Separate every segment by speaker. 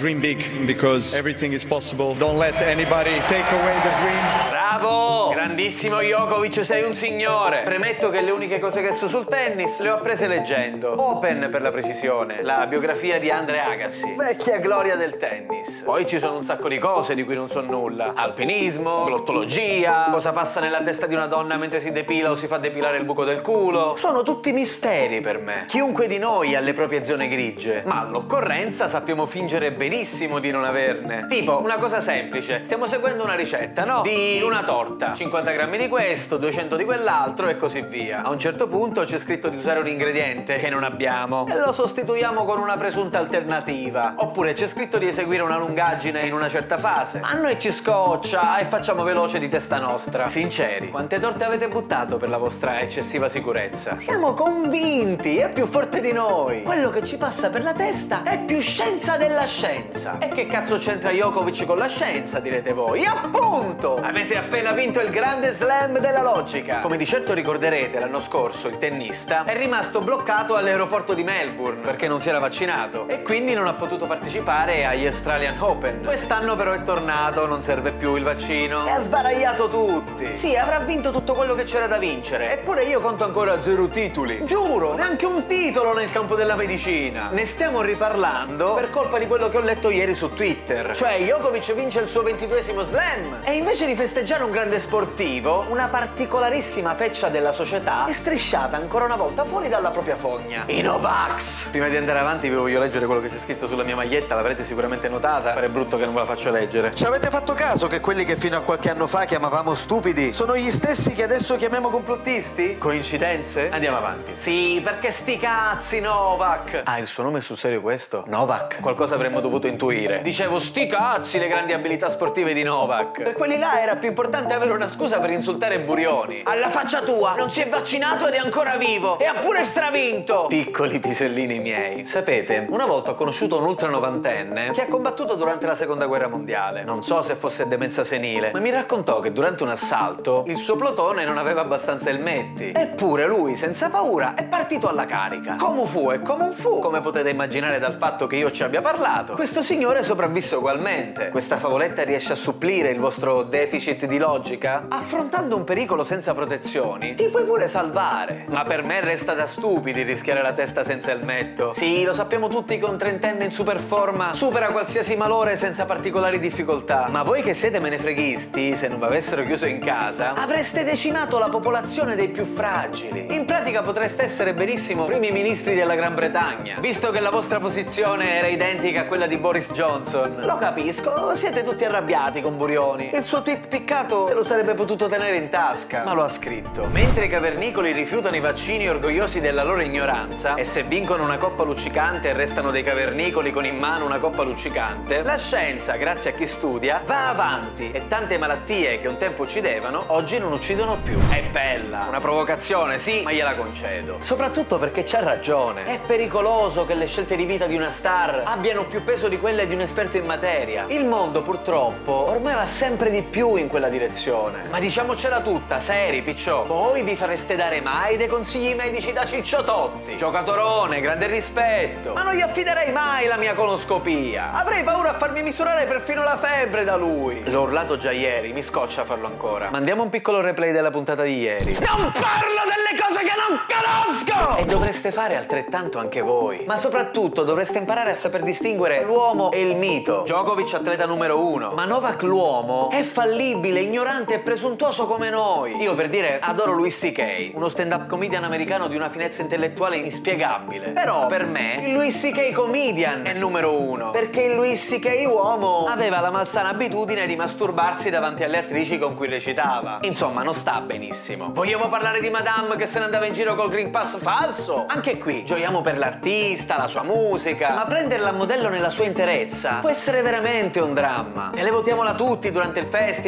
Speaker 1: Dream big, because everything is possible. Don't let anybody take away the dream.
Speaker 2: Bravo! Grandissimo Djokovic, sei un signore! Premetto che le uniche cose che so sul tennis le ho apprese leggendo. Open, per la precisione, la biografia di Andre Agassi, vecchia gloria del tennis. Poi ci sono un sacco di cose di cui non so nulla. Alpinismo, glottologia, cosa passa nella testa di una donna mentre si depila o si fa depilare il buco del culo. Sono tutti misteri per me. Chiunque di noi ha le proprie zone grigie, ma all'occorrenza sappiamo fingere benissimo di non averne. Tipo, una cosa semplice, stiamo seguendo una ricetta, no? Di una torta, 50 grammi di questo, 200 di quell'altro e così via. A un certo punto c'è scritto di usare un ingrediente che non abbiamo e lo sostituiamo con una presunta alternativa. Oppure c'è scritto di eseguire una lungaggine in una certa fase. A noi ci scoccia e facciamo veloce di testa nostra. Sinceri, quante torte avete buttato per la vostra eccessiva sicurezza? Siamo convinti, è più forte di noi. Quello che ci passa per la testa è più scienza della scienza. E che cazzo c'entra Djokovic con la scienza, direte voi? Appunto! Avete appena vinto il grande slam della logica. Come di certo ricorderete, l'anno scorso il tennista è rimasto bloccato all'aeroporto di Melbourne perché non si era vaccinato e quindi non ha potuto partecipare agli Australian Open. Quest'anno però è tornato, non serve più il vaccino e ha sbaragliato tutti. Sì, avrà vinto tutto quello che c'era da vincere, eppure io conto ancora 0 titoli. Giuro, neanche un titolo nel campo della medicina. Ne stiamo riparlando per colpa di quello che ho letto ieri su Twitter. Cioè, Djokovic vince il suo 22esimo slam e invece di festeggiare un grande sportivo, una particolarissima feccia della società è strisciata ancora una volta fuori dalla propria fogna. I Novax! Prima di andare avanti vi voglio leggere quello che c'è scritto sulla mia maglietta, l'avrete sicuramente notata, pare brutto che non ve la faccio leggere. Ci avete fatto caso che quelli che fino a qualche anno fa chiamavamo stupidi sono gli stessi che adesso chiamiamo complottisti? Coincidenze? Andiamo avanti. Sì, perché sti cazzi Novak! Ah, il suo nome è sul serio questo? Novak? Qualcosa avremmo dovuto intuire. Dicevo, sti cazzi le grandi abilità sportive di Novak. Per quelli là era più importante avere una scusa per insultare Burioni. Alla faccia tua! Non si è vaccinato ed è ancora vivo! E ha pure stravinto! Piccoli pisellini miei. Sapete, una volta ho conosciuto un ultranovantenne che ha combattuto durante la seconda guerra mondiale. Non so se fosse demenza senile, ma mi raccontò che durante un assalto il suo plotone non aveva abbastanza elmetti. Eppure lui, senza paura, è partito alla carica. Come fu e come fu, come potete immaginare dal fatto che io ci abbia parlato, questo signore sopravvisse ugualmente. Questa favoletta riesce a supplire il vostro deficit di logica? Affrontando un pericolo senza protezioni, ti puoi pure salvare. Ma per me resta da stupidi rischiare la testa senza elmetto. Sì, lo sappiamo tutti che un trentenne in super forma supera qualsiasi malore senza particolari difficoltà. Ma voi che siete menefreghisti, se non vi avessero chiuso in casa, avreste decimato la popolazione dei più fragili. In pratica potreste essere benissimo primi ministri della Gran Bretagna, visto che la vostra posizione era identica a quella di Boris Johnson. Lo capisco, siete tutti arrabbiati con Burioni. Il suo tweet piccato se lo sarebbe potuto tenere in tasca, ma lo ha scritto. Mentre i cavernicoli rifiutano i vaccini orgogliosi della loro ignoranza, e se vincono una coppa luccicante e restano dei cavernicoli con in mano una coppa luccicante, la scienza, grazie a chi studia, va avanti e tante malattie che un tempo uccidevano, oggi non uccidono più. È bella, una provocazione, sì, ma gliela concedo. Soprattutto perché c'ha ragione. È pericoloso che le scelte di vita di una star abbiano più peso di quelle di un esperto in materia. Il mondo, purtroppo, ormai va sempre di più in quella direzione. Ma diciamocela tutta, seri, picciò. Voi vi fareste dare mai dei consigli medici da Ciccio Totti? Giocatorone, grande rispetto. Ma non gli affiderei mai la mia coloscopia. Avrei paura a farmi misurare perfino la febbre da lui. L'ho urlato già ieri, mi scoccia farlo ancora. Mandiamo un piccolo replay della puntata di ieri. Non parlo delle cose che non conosco! E dovreste fare altrettanto anche voi. Ma soprattutto dovreste imparare a saper distinguere l'uomo e il mito. Djokovic atleta numero 1, ma Novak l'uomo è fallibile, ignorante e presuntuoso come noi. Io, per dire, adoro Louis C.K., uno stand-up comedian americano di una finezza intellettuale inspiegabile. Però per me il Louis C.K. comedian è numero 1, perché il Louis C.K. uomo aveva la malsana abitudine di masturbarsi davanti alle attrici con cui recitava. Insomma, non sta benissimo. Vogliamo parlare di Madame che se ne andava in giro col Green Pass falso? Anche qui gioiamo per l'artista, la sua musica, ma prenderla a modello nella sua interezza può essere veramente un dramma. Televotiamola tutti durante il festival, io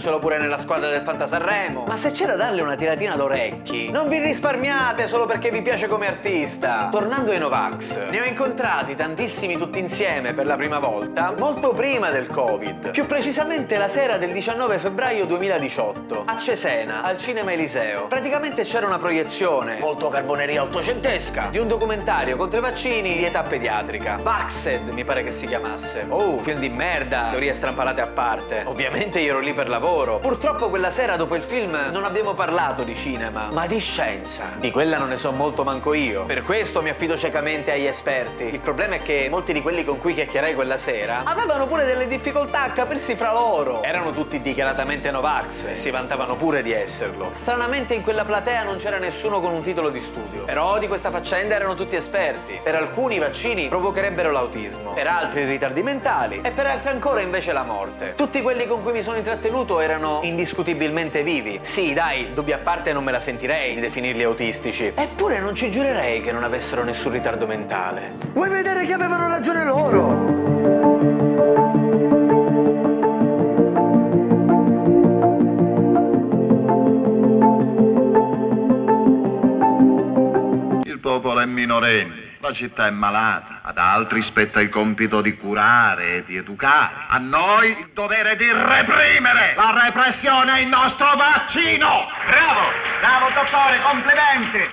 Speaker 2: mettetecelo pure nella squadra del Fantasanremo. Ma se c'è da darle una tiratina d'orecchi, non vi risparmiate solo perché vi piace come artista. Tornando ai Novax, ne ho incontrati tantissimi tutti insieme per la prima volta molto prima del Covid, più precisamente la sera del 19 febbraio 2018 a Cesena, al Cinema Eliseo. Praticamente c'era una proiezione molto carboneria ottocentesca di un documentario contro i vaccini di età pediatrica. Vaxed mi pare che si chiamasse. Oh, film di merda, teorie strampalate a parte. Ovviamente io ero lì per lavoro. Purtroppo quella sera dopo il film non abbiamo parlato di cinema, ma di scienza. Di quella non ne so molto manco io. Per questo mi affido ciecamente agli esperti. Il problema è che molti di quelli con cui chiacchierai quella sera avevano pure delle difficoltà a capirsi fra loro. Erano tutti dichiaratamente Novax e si vantavano pure di esserlo. Stranamente in quella platea non c'era nessuno con un titolo di studio. Però di questa faccenda erano tutti esperti. Per alcuni i vaccini provocherebbero l'autismo, per altri i ritardi mentali e per altri ancora invece la morte. Tutti quelli con cui mi sono intrattenuto erano indiscutibilmente vivi. Sì, dai, dubbi a parte non me la sentirei di definirli autistici. Eppure non ci giurerei che non avessero nessun ritardo mentale. Vuoi vedere che avevano ragione loro?
Speaker 3: Il popolo è minorenne. La città è malata, ad altri spetta il compito di curare e di educare. A noi il dovere di reprimere. La repressione è il nostro vaccino!
Speaker 4: Bravo, bravo dottore, complimenti!